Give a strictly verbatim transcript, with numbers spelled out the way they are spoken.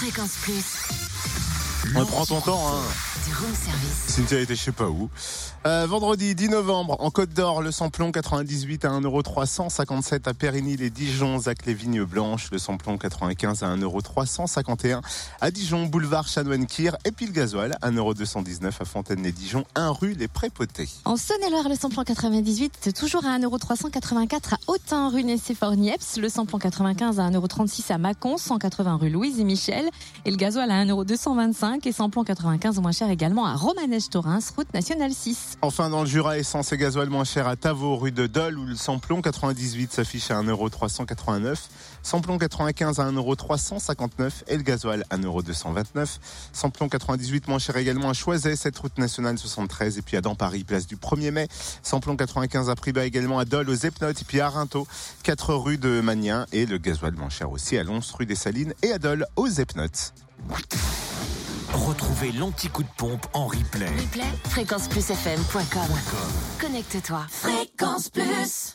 Fréquence Plus. On prend ton temps, hein. Du room service. Cynthia était je sais pas où. Euh, vendredi dix novembre, en Côte d'Or, le samplon quatre-vingt-dix-huit à un euro trois cent cinquante-sept à Périgny-les-Dijon, Zac les Vignes Blanches, le samplon quatre-vingt-quinze à un euro trois cent cinquante et un à Dijon, boulevard Chanoine-Kir, et puis le gasoil, un euro deux cent dix-neuf à Fontaine-les-Dijon, un rue les Prépotés. En Saône-et-Loire, le samplon quatre-vingt-dix-huit, toujours à un euro trois cent quatre-vingt-quatre à Autun, rue Nessé-Fort-Niepce, le samplon quatre-vingt-quinze à un euro trente-six à Mâcon, cent quatre-vingts rue Louise et Michel, et le gasoil à un euro deux cent vingt-cinq et samplon quatre-vingt-quinze moins cher également à Romanèche-Thorins, route nationale six. Enfin, dans le Jura, essence et gasoil moins cher à Tavaux, rue de Dole, où le samplon quatre-vingt-dix-huit s'affiche à un euro trois cent quatre-vingt-neuf, samplon quatre-vingt-quinze à un euro trois cent cinquante-neuf et le gasoil un euro deux cent vingt-neuf. Samplon quatre-vingt-dix-huit moins cher également à Choiset, cette route nationale soixante-treize, et puis à dans Paris, place du premier mai. Samplon quatre-vingt-quinze à prix bas également à Dole, aux Epnotes, et puis à Rinto, quatre rue de Magnin, et le gasoil moins cher aussi à Lons, rue des Salines, et à Dole, aux Epnotes. Retrouvez l'anti-coup de pompe en replay. Replay, fréquence plus f m point com. Connecte-toi. Fréquence Plus.